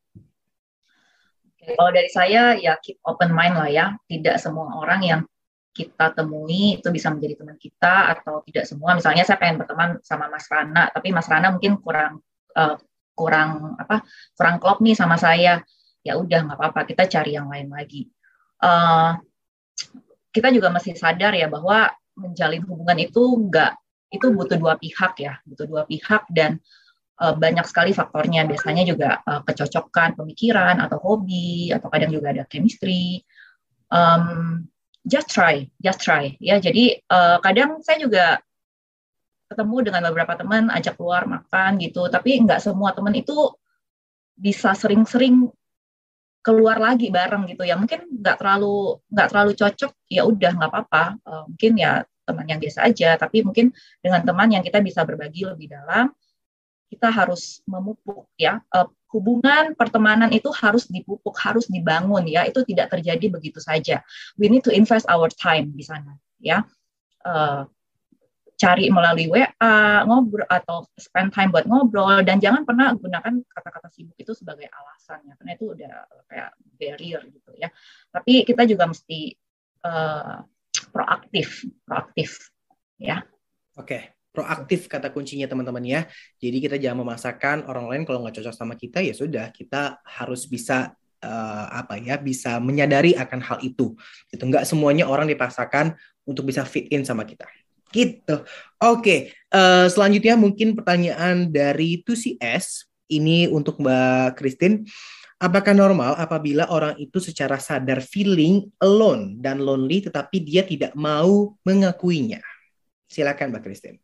Kalau dari saya, ya keep open mind lah ya. Tidak semua orang yang kita temui itu bisa menjadi teman kita, atau tidak semua. Misalnya saya pengen berteman sama Mas Rana, tapi Mas Rana mungkin kurang uh, kurang apa kurang klop nih sama saya. Ya udah, nggak apa-apa, kita cari yang lain lagi. Uh, kita juga mesti sadar ya bahwa menjalin hubungan itu nggak itu butuh dua pihak ya, butuh dua pihak dan uh, banyak sekali faktornya. Biasanya juga uh, kecocokan pemikiran atau hobi, atau kadang juga ada chemistry. Um, Just try, just try. Ya, jadi uh, kadang saya juga ketemu dengan beberapa teman, ajak keluar makan gitu, tapi nggak semua teman itu bisa sering-sering keluar lagi bareng gitu ya. Mungkin nggak terlalu nggak terlalu cocok, ya udah nggak apa-apa. Uh, mungkin ya teman yang biasa aja, tapi mungkin dengan teman yang kita bisa berbagi lebih dalam, kita harus memupuk ya. Uh, hubungan pertemanan itu harus dipupuk, harus dibangun ya. Itu tidak terjadi begitu saja. We need to invest our time di sana ya. Uh, cari melalui W A, ngobrol atau spend time buat ngobrol, dan jangan pernah gunakan kata-kata sibuk itu sebagai alasan ya, karena itu udah kayak barrier gitu ya. Tapi kita juga mesti uh, proaktif, proaktif ya. Oke. Okay. Proaktif kata kuncinya teman-teman ya. Jadi kita jangan memaksakan orang lain kalau nggak cocok sama kita, ya sudah, kita harus bisa uh, apa ya, bisa menyadari akan hal itu. Itu nggak semuanya orang dipaksakan untuk bisa fit in sama kita. Gitu. Oke, uh, selanjutnya mungkin pertanyaan dari two C S. Ini untuk Mbak Christine. Apakah normal apabila orang itu secara sadar feeling alone dan lonely tetapi dia tidak mau mengakuinya? Silakan Mbak Christine.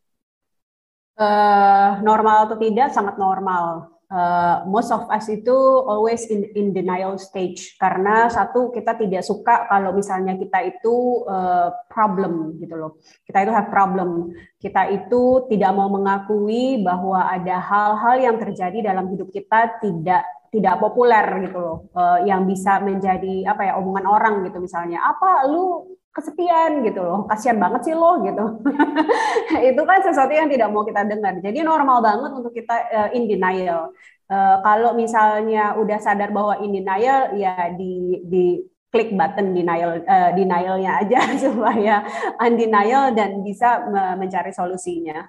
Uh, normal atau tidak, sangat normal. Uh, most of us itu always in, in denial stage, karena satu, kita tidak suka kalau misalnya kita itu uh, problem gitu loh. Kita itu have problem. Kita itu tidak mau mengakui bahwa ada hal-hal yang terjadi dalam hidup kita tidak tidak populer gitu loh, uh, yang bisa menjadi apa ya, omongan orang gitu, misalnya apa lu kesepian gitu loh, kasihan banget sih lo gitu. Itu kan sesuatu yang tidak mau kita dengar. Jadi normal banget untuk kita uh, in denial. Uh, kalau misalnya udah sadar bahwa in denial, ya di di klik button denial uh, denialnya aja supaya undenial dan bisa me- mencari solusinya.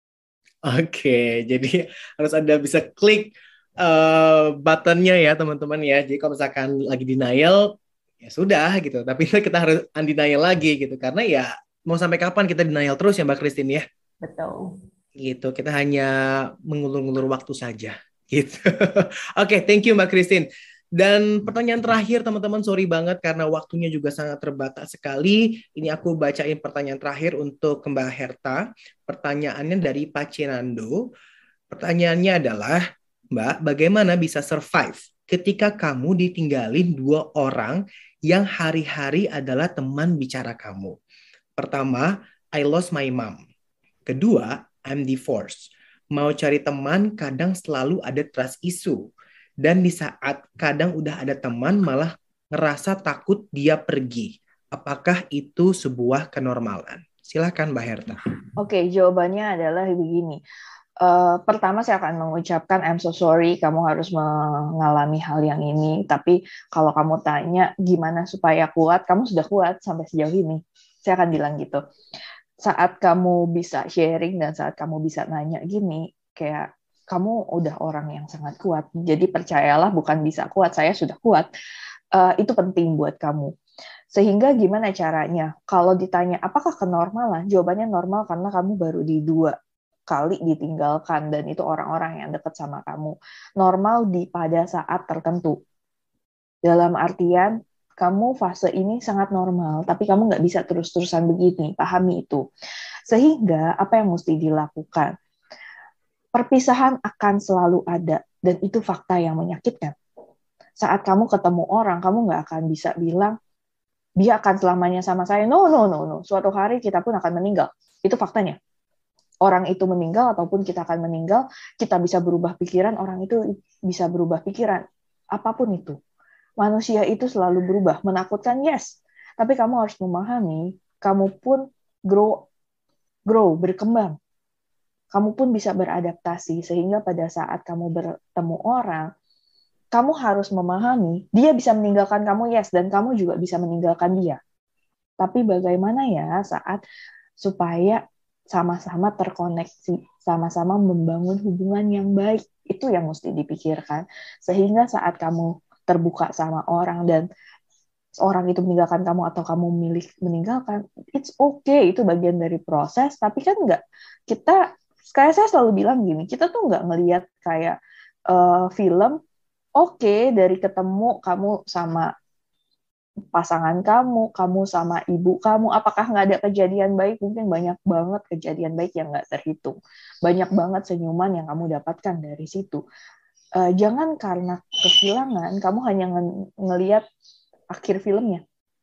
Oke, jadi harus ada bisa klik uh, buttonnya ya teman-teman ya. Jadi kalau misalkan lagi denial, ya sudah gitu, tapi kita harus undenial lagi gitu, karena ya mau sampai kapan kita denial terus ya Mbak Christine ya. Betul. Gitu, kita hanya mengulur-ngulur waktu saja gitu. Oke, okay, thank you Mbak Christine. Dan pertanyaan terakhir teman-teman, sorry banget karena waktunya juga sangat terbatas sekali. Ini aku bacain pertanyaan terakhir untuk Mbak Herta. Pertanyaannya dari Pak Cenando. Pertanyaannya adalah, Mbak, bagaimana bisa survive ketika kamu ditinggalin dua orang yang hari-hari adalah teman bicara kamu? Pertama, I lost my mom. Kedua, I'm divorced. Mau cari teman kadang selalu ada trust issue. Dan di saat kadang udah ada teman malah ngerasa takut dia pergi. Apakah itu sebuah kenormalan? Silakan Mbak Herta. Oke, jawabannya adalah begini. Uh, pertama saya akan mengucapkan I'm so sorry kamu harus mengalami hal yang ini. Tapi kalau kamu tanya gimana supaya kuat, kamu sudah kuat sampai sejauh ini. Saya akan bilang gitu. Saat kamu bisa sharing dan saat kamu bisa nanya gini, kayak kamu udah orang yang sangat kuat. Jadi percayalah, bukan bisa kuat, saya sudah kuat. Uh, itu penting buat kamu. Sehingga gimana caranya? Kalau ditanya apakah kenormalan? Jawabannya normal karena kamu baru di dua kali ditinggalkan dan itu orang-orang yang dekat sama kamu. Normal di pada saat tertentu. Dalam artian kamu fase ini sangat normal, tapi kamu nggak bisa terus-terusan begini, pahami itu. Sehingga apa yang mesti dilakukan? Perpisahan akan selalu ada, dan itu fakta yang menyakitkan. Saat kamu ketemu orang, kamu nggak akan bisa bilang, dia akan selamanya sama saya. No, no, no, no. Suatu hari kita pun akan meninggal. Itu faktanya. Orang itu meninggal, ataupun kita akan meninggal, kita bisa berubah pikiran, orang itu bisa berubah pikiran. Apapun itu. Manusia itu selalu berubah. Menakutkan, yes. Tapi kamu harus memahami, kamu pun grow, grow, berkembang. Kamu pun bisa beradaptasi, sehingga pada saat kamu bertemu orang, kamu harus memahami, dia bisa meninggalkan kamu, yes, dan kamu juga bisa meninggalkan dia. Tapi bagaimana ya saat supaya sama-sama terkoneksi, sama-sama membangun hubungan yang baik, itu yang mesti dipikirkan. Sehingga saat kamu terbuka sama orang dan orang itu meninggalkan kamu atau kamu milih meninggalkan, it's okay, itu bagian dari proses. Tapi kan enggak, kita, kayak saya selalu bilang gini, kita tuh enggak ngelihat kayak uh, film, oke, okay, dari ketemu kamu sama pasangan kamu, kamu sama ibu kamu, apakah nggak ada kejadian baik? Mungkin banyak banget kejadian baik yang nggak terhitung. Banyak banget senyuman yang kamu dapatkan dari situ. Uh, jangan karena kehilangan, kamu hanya ng- ngelihat akhir filmnya.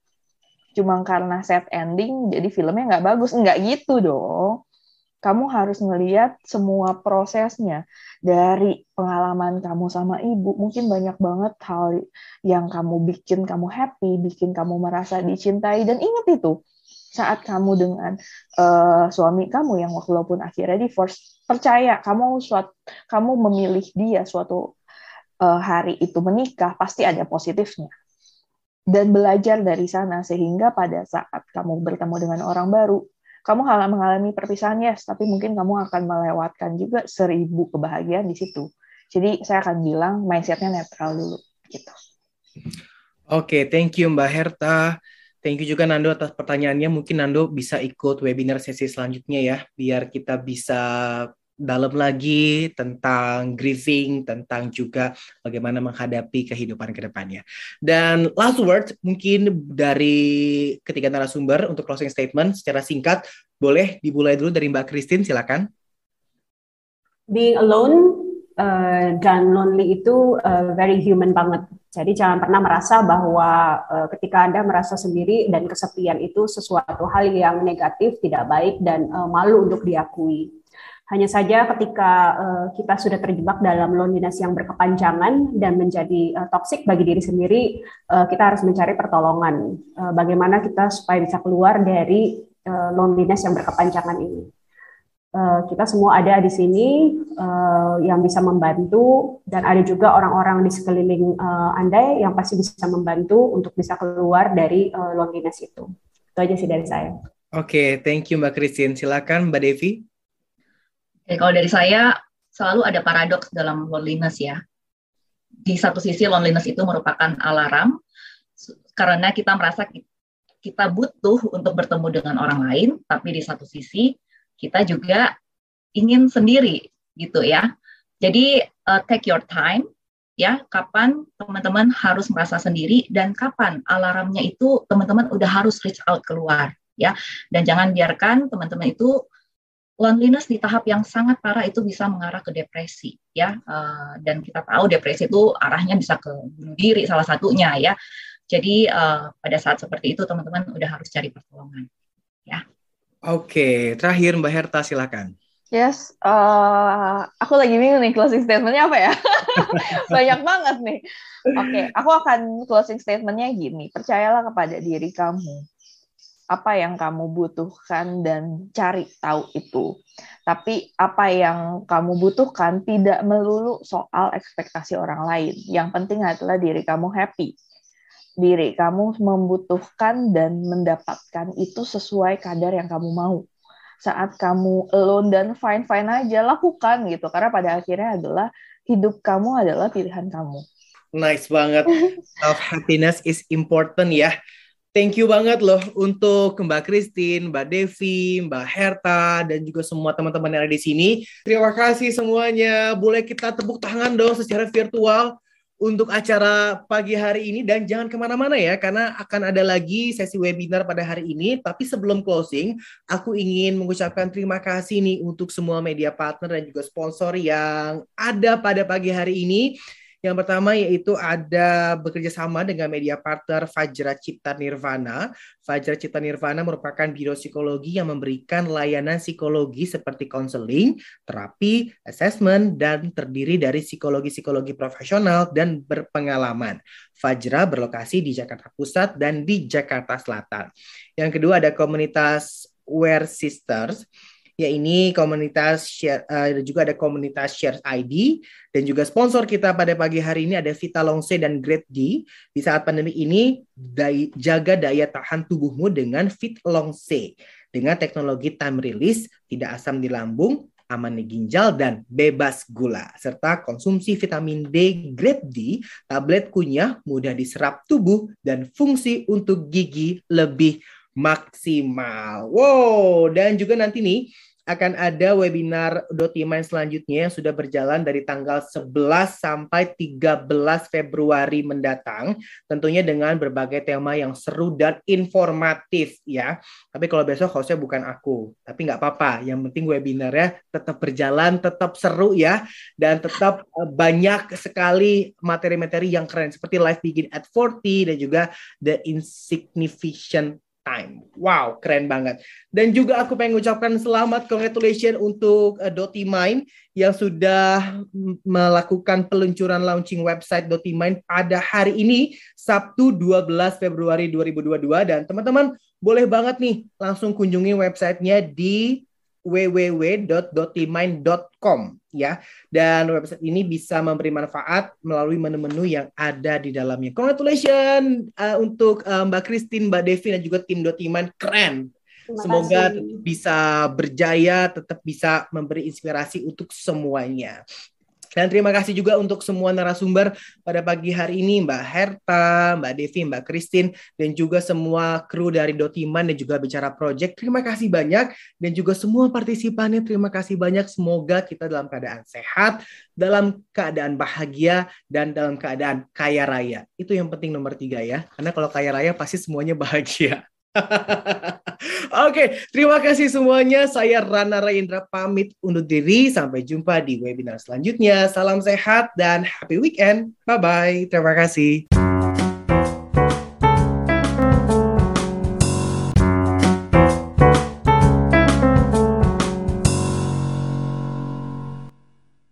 Cuma karena sad ending, jadi filmnya nggak bagus. Nggak gitu dong. Kamu harus ngelihat semua prosesnya. Dari pengalaman kamu sama ibu, mungkin banyak banget hal yang kamu bikin kamu happy, bikin kamu merasa dicintai. Dan ingat itu, saat kamu dengan uh, suami kamu yang walaupun akhirnya divorce, percaya kamu suatu, kamu memilih dia suatu uh, hari itu menikah, pasti ada positifnya. Dan belajar dari sana, sehingga pada saat kamu bertemu dengan orang baru, kamu hal mengalami perpisahan, yes, tapi mungkin kamu akan melewatkan juga seribu kebahagiaan di situ. Jadi saya akan bilang mindset-nya netral dulu, gitu. Oke, okay, thank you Mbak Herta. Thank you juga Nando atas pertanyaannya. Mungkin Nando bisa ikut webinar sesi selanjutnya ya, biar kita bisa dalam lagi tentang grieving, tentang juga bagaimana menghadapi kehidupan ke depannya. Dan last word mungkin dari ketiga narasumber untuk closing statement secara singkat, boleh dimulai dulu dari Mbak Christine, silakan. Being alone uh, dan lonely itu uh, very human banget. Jadi jangan pernah merasa bahwa uh, ketika Anda merasa sendiri dan kesepian itu sesuatu hal yang negatif, tidak baik, dan uh, malu untuk diakui. Hanya saja ketika uh, kita sudah terjebak dalam loneliness yang berkepanjangan dan menjadi uh, toksik bagi diri sendiri, uh, kita harus mencari pertolongan. Uh, bagaimana kita supaya bisa keluar dari uh, loneliness yang berkepanjangan ini. Uh, kita semua ada di sini uh, yang bisa membantu, dan ada juga orang-orang di sekeliling uh, Anda yang pasti bisa membantu untuk bisa keluar dari uh, loneliness itu. Itu aja sih dari saya. Oke, okay, thank you Mbak Christine. Silakan Mbak Devi. Oke, kalau dari saya selalu ada paradoks dalam loneliness ya. Di satu sisi loneliness itu merupakan alarm karena kita merasa kita butuh untuk bertemu dengan orang lain, tapi di satu sisi kita juga ingin sendiri gitu ya. Jadi uh, take your time ya, kapan teman-teman harus merasa sendiri dan kapan alarmnya itu teman-teman udah harus reach out keluar ya. Dan jangan biarkan teman-teman itu loneliness di tahap yang sangat parah itu bisa mengarah ke depresi ya. Uh, dan kita tahu depresi itu arahnya bisa ke bunuh diri salah satunya ya. Jadi uh, pada saat seperti itu teman-teman udah harus cari pertolongan ya. Oke, terakhir Mbak Herta silakan. Yes, uh, aku lagi bingung nih closing statement-nya apa ya? Banyak banget nih. Oke, okay, aku akan closing statement-nya gini. Percayalah kepada diri kamu. Apa yang kamu butuhkan dan cari tahu itu. Tapi apa yang kamu butuhkan tidak melulu soal ekspektasi orang lain. Yang penting adalah diri kamu happy. Diri kamu membutuhkan dan mendapatkan itu sesuai kadar yang kamu mau. Saat kamu alone dan fine-fine aja, lakukan gitu. Karena pada akhirnya adalah hidup kamu adalah pilihan kamu. Nice banget. Self-happiness is important ya. Thank you banget loh untuk Mbak Christine, Mbak Devi, Mbak Herta, dan juga semua teman-teman yang ada di sini. Terima kasih semuanya. Boleh kita tepuk tangan dong secara virtual untuk acara pagi hari ini. Dan jangan kemana-mana ya, karena akan ada lagi sesi webinar pada hari ini. Tapi sebelum closing, aku ingin mengucapkan terima kasih nih untuk semua media partner dan juga sponsor yang ada pada pagi hari ini. Yang pertama yaitu ada bekerja sama dengan media partner Fajra Cipta Nirvana. Fajra Cipta Nirvana merupakan biro psikologi yang memberikan layanan psikologi seperti konseling, terapi, assessment, dan terdiri dari psikologi-psikologi profesional dan berpengalaman. Fajra berlokasi di Jakarta Pusat dan di Jakarta Selatan. Yang kedua ada komunitas Wear Sisters. Ya, ini komunitas share, uh, juga ada komunitas Share I D, dan juga sponsor kita pada pagi hari ini ada Vita Longse dan Grade D. Di saat pandemi ini, daya, jaga daya tahan tubuhmu dengan Fit Longse dengan teknologi time release, tidak asam di lambung, aman di ginjal, dan bebas gula, serta konsumsi vitamin D Grade D, tablet kunyah, mudah diserap tubuh, dan fungsi untuk gigi lebih maksimal. Wow, dan juga nanti nih akan ada webinar Dotimain selanjutnya yang sudah berjalan dari tanggal sebelas sampai tiga belas Februari mendatang, tentunya dengan berbagai tema yang seru dan informatif ya. Tapi kalau besok hostnya bukan aku, tapi nggak apa-apa. Yang penting webinarnya tetap berjalan, tetap seru ya, dan tetap banyak sekali materi-materi yang keren seperti Life Begin at forty dan juga The Insignificant Time. Wow, keren banget. Dan juga aku pengen ucapkan selamat, congratulations untuk uh, Dotimain yang sudah melakukan peluncuran launching website Dotimain pada hari ini, Sabtu dua belas Februari dua ribu dua puluh dua. Dan teman-teman boleh banget nih langsung kunjungi websitenya di w w w dot dotimain dot com ya. Dan website ini bisa memberi manfaat melalui menu-menu yang ada di dalamnya. Congratulations uh, untuk uh, Mbak Christine, Mbak Devi, dan juga tim Dotimain. Keren. Terima Semoga kasih. tetap bisa berjaya, tetap bisa memberi inspirasi untuk semuanya. Dan terima kasih juga untuk semua narasumber pada pagi hari ini, Mbak Herta, Mbak Devi, Mbak Christine, dan juga semua kru dari Dotimain dan juga Bicara Project. Terima kasih banyak, dan juga semua partisipannya terima kasih banyak. Semoga kita dalam keadaan sehat, dalam keadaan bahagia, dan dalam keadaan kaya raya. Itu yang penting nomor tiga ya, karena kalau kaya raya pasti semuanya bahagia. Oke, terima kasih semuanya. Saya Rana Raindra pamit undur diri. Sampai jumpa di webinar selanjutnya. Salam sehat dan happy weekend. Bye-bye. Terima kasih.